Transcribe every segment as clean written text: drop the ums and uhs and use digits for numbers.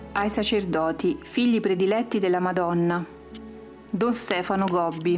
Ai sacerdoti, figli prediletti della Madonna. Don Stefano Gobbi.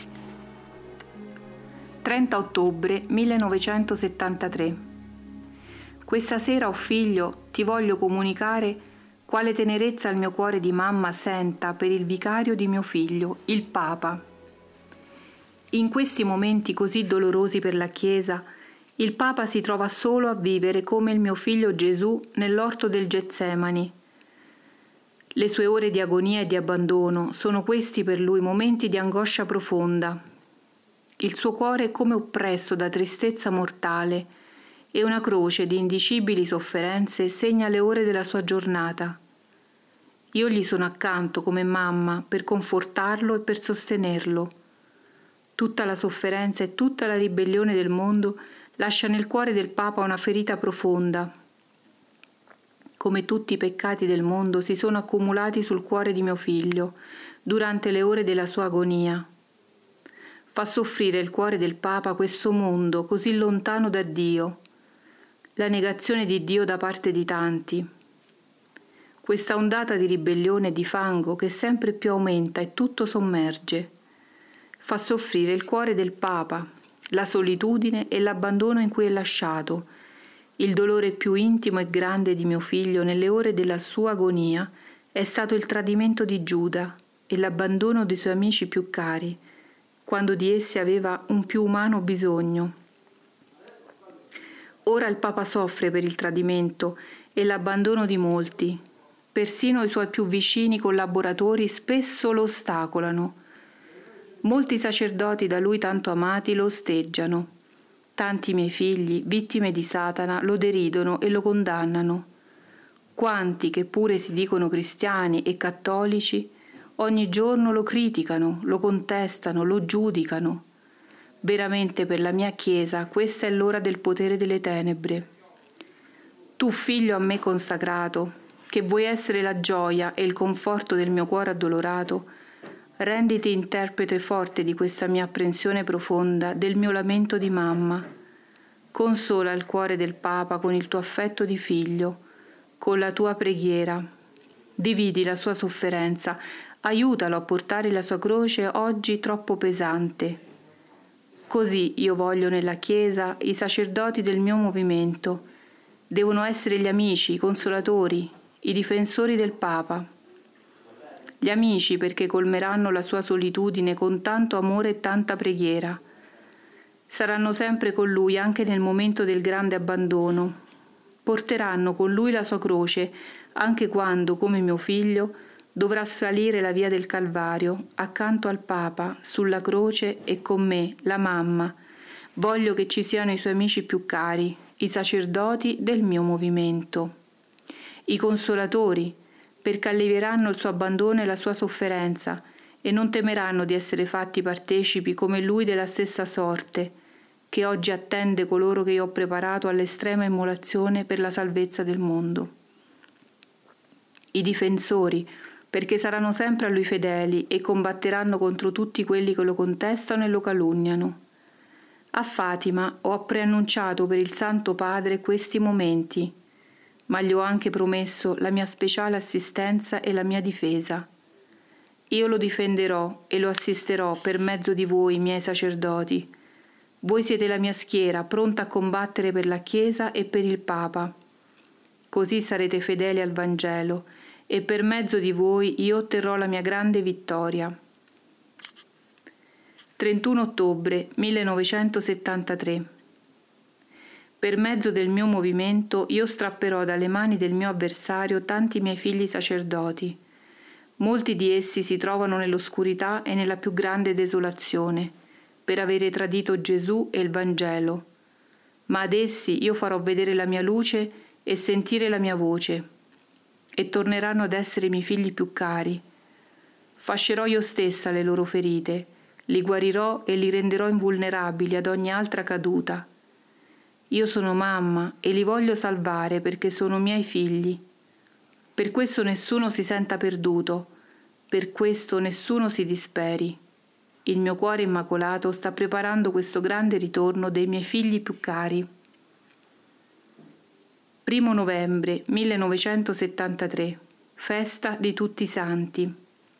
30 ottobre 1973. Questa sera, o figlio, ti voglio comunicare quale tenerezza il mio cuore di mamma senta per il vicario di mio figlio, il Papa. In questi momenti così dolorosi per la Chiesa, il Papa si trova solo a vivere come il mio figlio Gesù nell'orto del Getsemani. Le sue ore di agonia e di abbandono sono questi per lui momenti di angoscia profonda. Il suo cuore è come oppresso da tristezza mortale e una croce di indicibili sofferenze segna le ore della sua giornata. Io gli sono accanto come mamma per confortarlo e per sostenerlo. Tutta la sofferenza e tutta la ribellione del mondo lascia nel cuore del Papa una ferita profonda. Come tutti i peccati del mondo si sono accumulati sul cuore di mio figlio durante le ore della sua agonia. Fa soffrire il cuore del Papa questo mondo così lontano da Dio, la negazione di Dio da parte di tanti. Questa ondata di ribellione e di fango che sempre più aumenta e tutto sommerge. Fa soffrire il cuore del Papa, la solitudine e l'abbandono in cui è lasciato. Il dolore più intimo e grande di mio figlio nelle ore della sua agonia è stato il tradimento di Giuda e l'abbandono dei suoi amici più cari, quando di essi aveva un più umano bisogno. Ora il Papa soffre per il tradimento e l'abbandono di molti. Persino i suoi più vicini collaboratori spesso lo ostacolano. Molti sacerdoti da lui tanto amati lo osteggiano. Tanti miei figli, vittime di Satana, lo deridono e lo condannano. Quanti, che pure si dicono cristiani e cattolici, ogni giorno lo criticano, lo contestano, lo giudicano. Veramente per la mia Chiesa questa è l'ora del potere delle tenebre. Tu, figlio a me consacrato, che vuoi essere la gioia e il conforto del mio cuore addolorato, renditi interprete forte di questa mia apprensione profonda, del mio lamento di mamma. Consola il cuore del Papa con il tuo affetto di figlio, con la tua preghiera. Dividi la sua sofferenza, aiutalo a portare la sua croce oggi troppo pesante. Così io voglio nella Chiesa i sacerdoti del mio movimento. Devono essere gli amici, i consolatori, i difensori del Papa. Gli amici perché colmeranno la sua solitudine con tanto amore e tanta preghiera. Saranno sempre con lui anche nel momento del grande abbandono. Porteranno con lui la sua croce anche quando, come mio figlio, dovrà salire la via del Calvario accanto al Papa, sulla croce e con me, la mamma. Voglio che ci siano i suoi amici più cari, i sacerdoti del mio movimento. I consolatori, perché allevieranno il suo abbandono e la sua sofferenza e non temeranno di essere fatti partecipi come lui della stessa sorte, che oggi attende coloro che io ho preparato all'estrema immolazione per la salvezza del mondo. I difensori, perché saranno sempre a lui fedeli e combatteranno contro tutti quelli che lo contestano e lo calunniano. A Fatima ho preannunciato per il Santo Padre questi momenti, ma gli ho anche promesso la mia speciale assistenza e la mia difesa. Io lo difenderò e lo assisterò per mezzo di voi, miei sacerdoti. Voi siete la mia schiera, pronta a combattere per la Chiesa e per il Papa. Così sarete fedeli al Vangelo e per mezzo di voi io otterrò la mia grande vittoria. 31 ottobre 1973. Per mezzo del mio movimento io strapperò dalle mani del mio avversario tanti miei figli sacerdoti. Molti di essi si trovano nell'oscurità e nella più grande desolazione, per avere tradito Gesù e il Vangelo. Ma ad essi io farò vedere la mia luce e sentire la mia voce, e torneranno ad essere i miei figli più cari. Fascerò io stessa le loro ferite, li guarirò e li renderò invulnerabili ad ogni altra caduta. Io sono mamma e li voglio salvare perché sono miei figli. Per questo nessuno si senta perduto, per questo nessuno si disperi. Il mio cuore immacolato sta preparando questo grande ritorno dei miei figli più cari. 1 novembre 1973. festa di tutti i santi.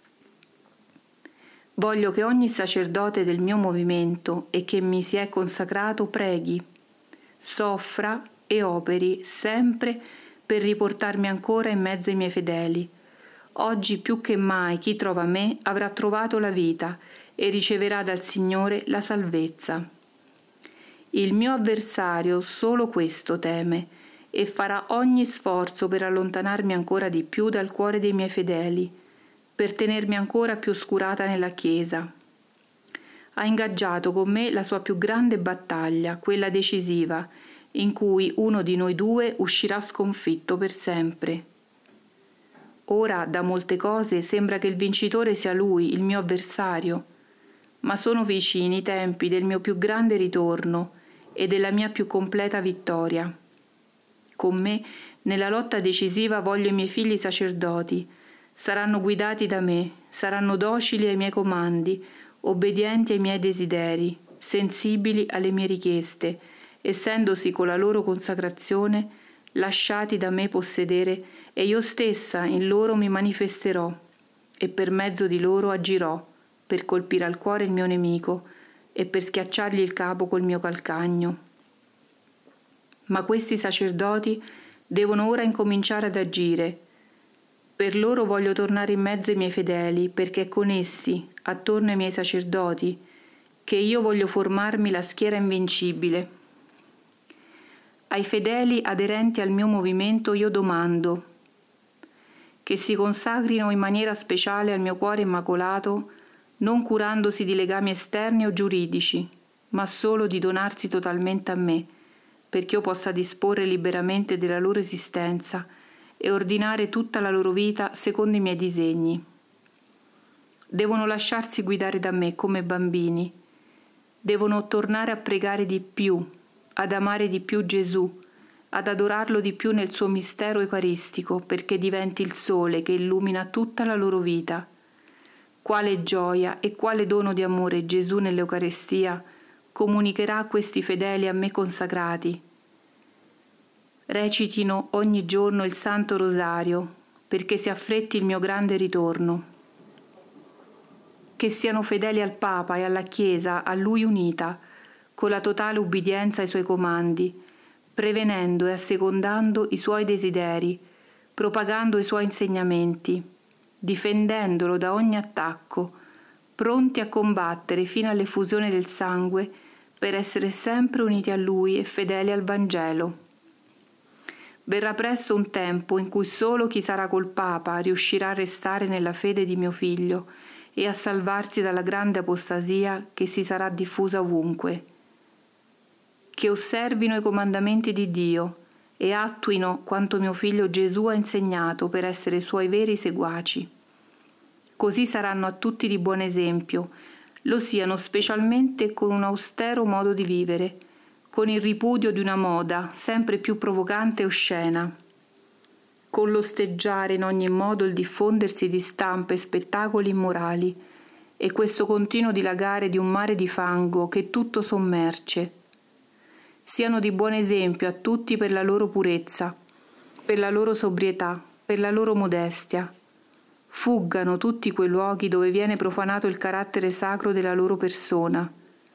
Voglio che ogni sacerdote del mio movimento e che mi si è consacrato preghi, soffra e operi sempre per riportarmi ancora in mezzo ai miei fedeli. Oggi più che mai chi trova me avrà trovato la vita e riceverà dal Signore la salvezza. Il mio avversario solo questo teme e farà ogni sforzo per allontanarmi ancora di più dal cuore dei miei fedeli, per tenermi ancora più oscurata nella Chiesa. Ha ingaggiato con me la sua più grande battaglia, quella decisiva, in cui uno di noi due uscirà sconfitto per sempre. Ora, da molte cose, sembra che il vincitore sia lui, il mio avversario, ma sono vicini i tempi del mio più grande ritorno e della mia più completa vittoria. Con me, nella lotta decisiva, voglio i miei figli sacerdoti. Saranno guidati da me, saranno docili ai miei comandi, obbedienti ai miei desideri, sensibili alle mie richieste, essendosi con la loro consacrazione lasciati da me possedere, e io stessa in loro mi manifesterò e per mezzo di loro agirò per colpire al cuore il mio nemico e per schiacciargli il capo col mio calcagno. Ma questi sacerdoti devono ora incominciare ad agire. Per loro voglio tornare in mezzo ai miei fedeli, perché è con essi, attorno ai miei sacerdoti, che io voglio formarmi la schiera invincibile. Ai fedeli aderenti al mio movimento io domando che si consacrino in maniera speciale al mio cuore immacolato, non curandosi di legami esterni o giuridici, ma solo di donarsi totalmente a me, perché io possa disporre liberamente della loro esistenza e ordinare tutta la loro vita secondo i miei disegni. Devono lasciarsi guidare da me come bambini, devono tornare a pregare di più, ad amare di più Gesù, ad adorarlo di più nel suo mistero eucaristico, perché diventi il sole che illumina tutta la loro vita. Quale gioia e quale dono di amore Gesù nell'Eucaristia comunicherà a questi fedeli a me consacrati. Recitino ogni giorno il Santo Rosario, perché si affretti il mio grande ritorno. Che siano fedeli al Papa e alla Chiesa, a Lui unita, con la totale ubbidienza ai Suoi comandi, prevenendo e assecondando i Suoi desideri, propagando i Suoi insegnamenti, difendendolo da ogni attacco, pronti a combattere fino all'effusione del sangue per essere sempre uniti a Lui e fedeli al Vangelo. Verrà presto un tempo in cui solo chi sarà col Papa riuscirà a restare nella fede di mio figlio e a salvarsi dalla grande apostasia che si sarà diffusa ovunque. Che osservino i comandamenti di Dio e attuino quanto mio figlio Gesù ha insegnato per essere suoi veri seguaci. Così saranno a tutti di buon esempio, lo siano specialmente con un austero modo di vivere, con il ripudio di una moda sempre più provocante e oscena, con l'osteggiare in ogni modo il diffondersi di stampe e spettacoli immorali e questo continuo dilagare di un mare di fango che tutto sommerge. Siano di buon esempio a tutti per la loro purezza, per la loro sobrietà, per la loro modestia. Fuggano tutti quei luoghi dove viene profanato il carattere sacro della loro persona.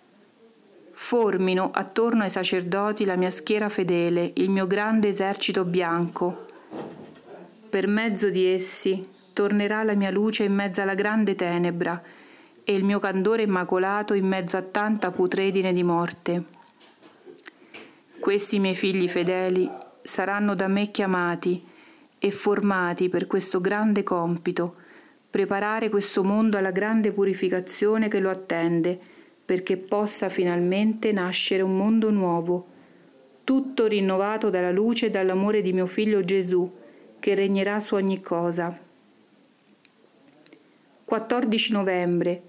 Formino attorno ai sacerdoti la mia schiera fedele, il mio grande esercito bianco. Per mezzo di essi tornerà la mia luce in mezzo alla grande tenebra e il mio candore immacolato in mezzo a tanta putredine di morte. Questi miei figli fedeli saranno da me chiamati e formati per questo grande compito, preparare questo mondo alla grande purificazione che lo attende, perché possa finalmente nascere un mondo nuovo, tutto rinnovato dalla luce e dall'amore di mio figlio Gesù, che regnerà su ogni cosa. 14 novembre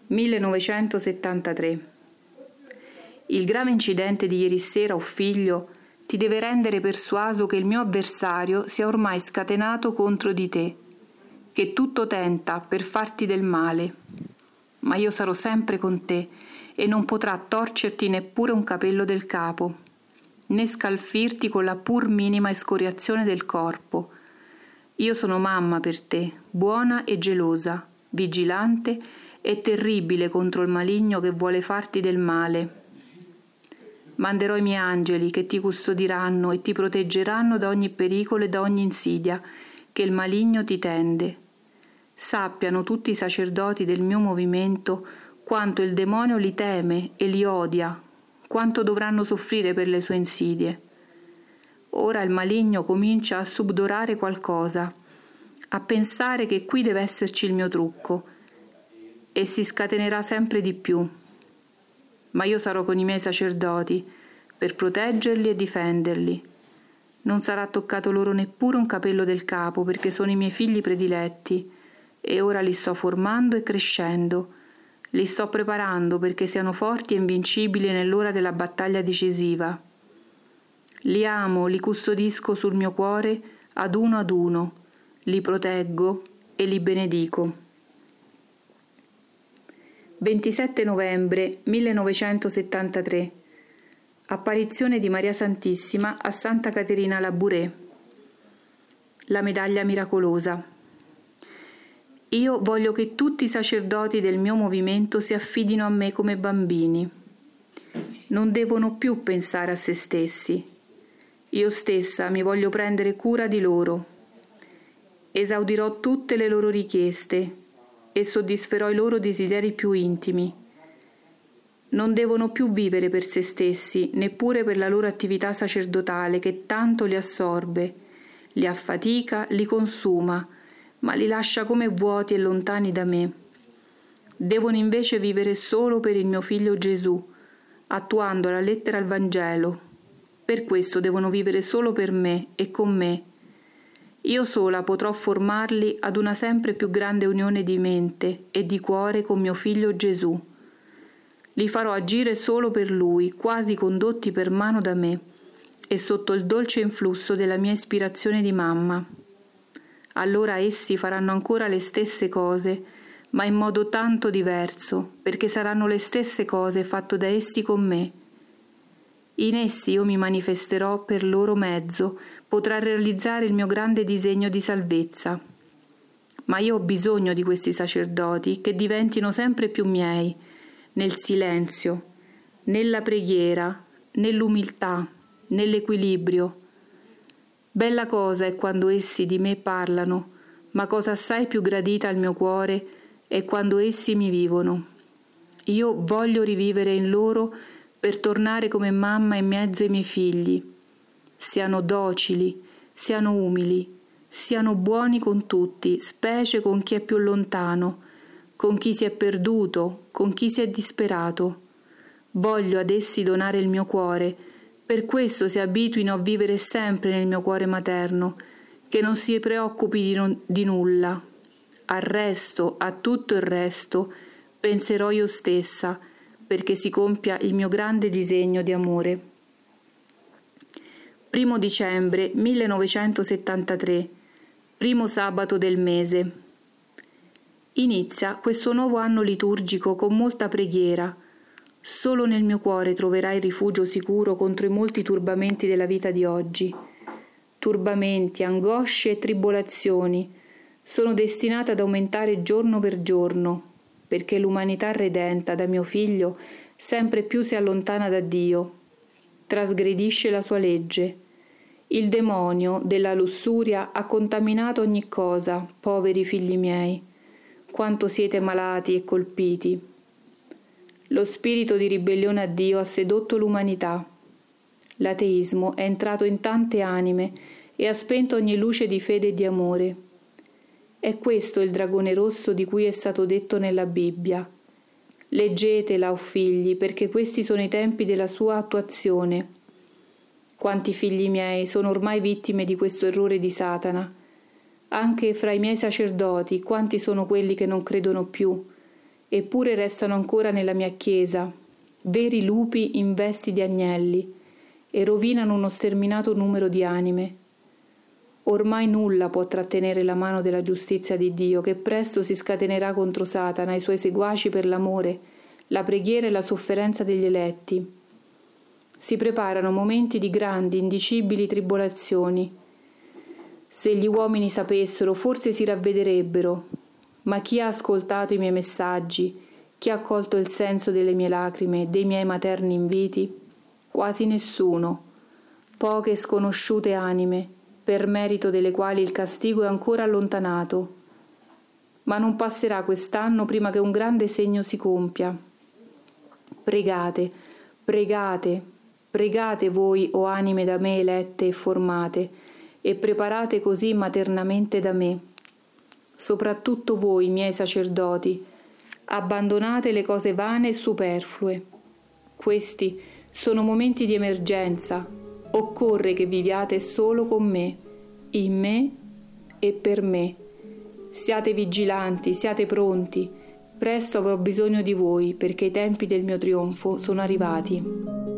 1973. Il grave incidente di ieri sera, o figlio, ti deve rendere persuaso che il mio avversario sia ormai scatenato contro di te, che tutto tenta per farti del male. Ma io sarò sempre con te e non potrà torcerti neppure un capello del capo, né scalfirti con la pur minima escoriazione del corpo. Io sono mamma per te, buona e gelosa, vigilante e terribile contro il maligno che vuole farti del male. Manderò i miei angeli che ti custodiranno e ti proteggeranno da ogni pericolo e da ogni insidia che il maligno ti tende. Sappiano tutti i sacerdoti del mio movimento quanto il demonio li teme e li odia, quanto dovranno soffrire per le sue insidie. Ora il maligno comincia a subdolare qualcosa, a pensare che qui deve esserci il mio trucco, e si scatenerà sempre di più. Ma io sarò con i miei sacerdoti per proteggerli e difenderli. Non sarà toccato loro neppure un capello del capo, perché sono i miei figli prediletti, e ora li sto formando e crescendo. Li sto preparando perché siano forti e invincibili nell'ora della battaglia decisiva. Li amo, li custodisco sul mio cuore ad uno, li proteggo e li benedico. 27 novembre 1973. Apparizione di Maria Santissima a Santa Caterina Labouré. La medaglia miracolosa. Io voglio che tutti i sacerdoti del mio movimento si affidino a me come bambini. Non devono più pensare a se stessi. Io stessa mi voglio prendere cura di loro. Esaudirò tutte le loro richieste e soddisferò i loro desideri più intimi. Non devono più vivere per se stessi, neppure per la loro attività sacerdotale che tanto li assorbe, li affatica, li consuma, ma li lascia come vuoti e lontani da me. Devono invece vivere solo per il mio figlio Gesù, attuando alla lettera il Vangelo. Per questo devono vivere solo per me e con me. Io sola potrò formarli ad una sempre più grande unione di mente e di cuore con mio figlio Gesù. Li farò agire solo per Lui, quasi condotti per mano da me e sotto il dolce influsso della mia ispirazione di mamma. Allora essi faranno ancora le stesse cose, ma in modo tanto diverso, perché saranno le stesse cose fatte da essi con me. In essi io mi manifesterò per loro mezzo, potrà realizzare il mio grande disegno di salvezza. Ma io ho bisogno di questi sacerdoti che diventino sempre più miei, nel silenzio, nella preghiera, nell'umiltà, nell'equilibrio. Bella cosa è quando essi di me parlano, ma cosa assai più gradita al mio cuore è quando essi mi vivono. Io voglio rivivere in loro per tornare come mamma in mezzo ai miei figli. Siano docili, siano umili, siano buoni con tutti, specie con chi è più lontano, con chi si è perduto, con chi si è disperato. Voglio ad essi donare il mio cuore, per questo si abituino a vivere sempre nel mio cuore materno, che non si preoccupi di nulla. Al resto, a tutto il resto, penserò io stessa, perché si compia il mio grande disegno di amore. 1 dicembre 1973, primo sabato del mese. Inizia questo nuovo anno liturgico con molta preghiera. Solo nel mio cuore troverai rifugio sicuro contro i molti turbamenti della vita di oggi. Turbamenti, angosce e tribolazioni sono destinate ad aumentare giorno per giorno, perché l'umanità redenta da mio figlio sempre più si allontana da Dio, trasgredisce la sua legge. Il demonio della lussuria ha contaminato ogni cosa, poveri figli miei. Quanto siete malati e colpiti. Lo spirito di ribellione a Dio ha sedotto l'umanità. L'ateismo è entrato in tante anime e ha spento ogni luce di fede e di amore. È questo il dragone rosso di cui è stato detto nella Bibbia. Leggetela, o figli, perché questi sono i tempi della sua attuazione. Quanti figli miei sono ormai vittime di questo errore di Satana. Anche fra i miei sacerdoti, quanti sono quelli che non credono più, eppure restano ancora nella mia chiesa, veri lupi in vesti di agnelli, e rovinano uno sterminato numero di anime. Ormai nulla può trattenere la mano della giustizia di Dio, che presto si scatenerà contro Satana e i suoi seguaci per l'amore, la preghiera e la sofferenza degli eletti. Si preparano momenti di grandi, indicibili tribolazioni. Se gli uomini sapessero, forse si ravvederebbero, ma chi ha ascoltato i miei messaggi, chi ha colto il senso delle mie lacrime, dei miei materni inviti? Quasi nessuno. Poche sconosciute anime, per merito delle quali il castigo è ancora allontanato. Ma non passerà quest'anno prima che un grande segno si compia. Pregate, pregate, pregate voi, o anime da me elette e formate, e preparate così maternamente da me. Soprattutto voi, miei sacerdoti, abbandonate le cose vane e superflue. Questi sono momenti di emergenza. Occorre che viviate solo con me, in me e per me. Siate vigilanti, siate pronti. Presto avrò bisogno di voi, perché i tempi del mio trionfo sono arrivati.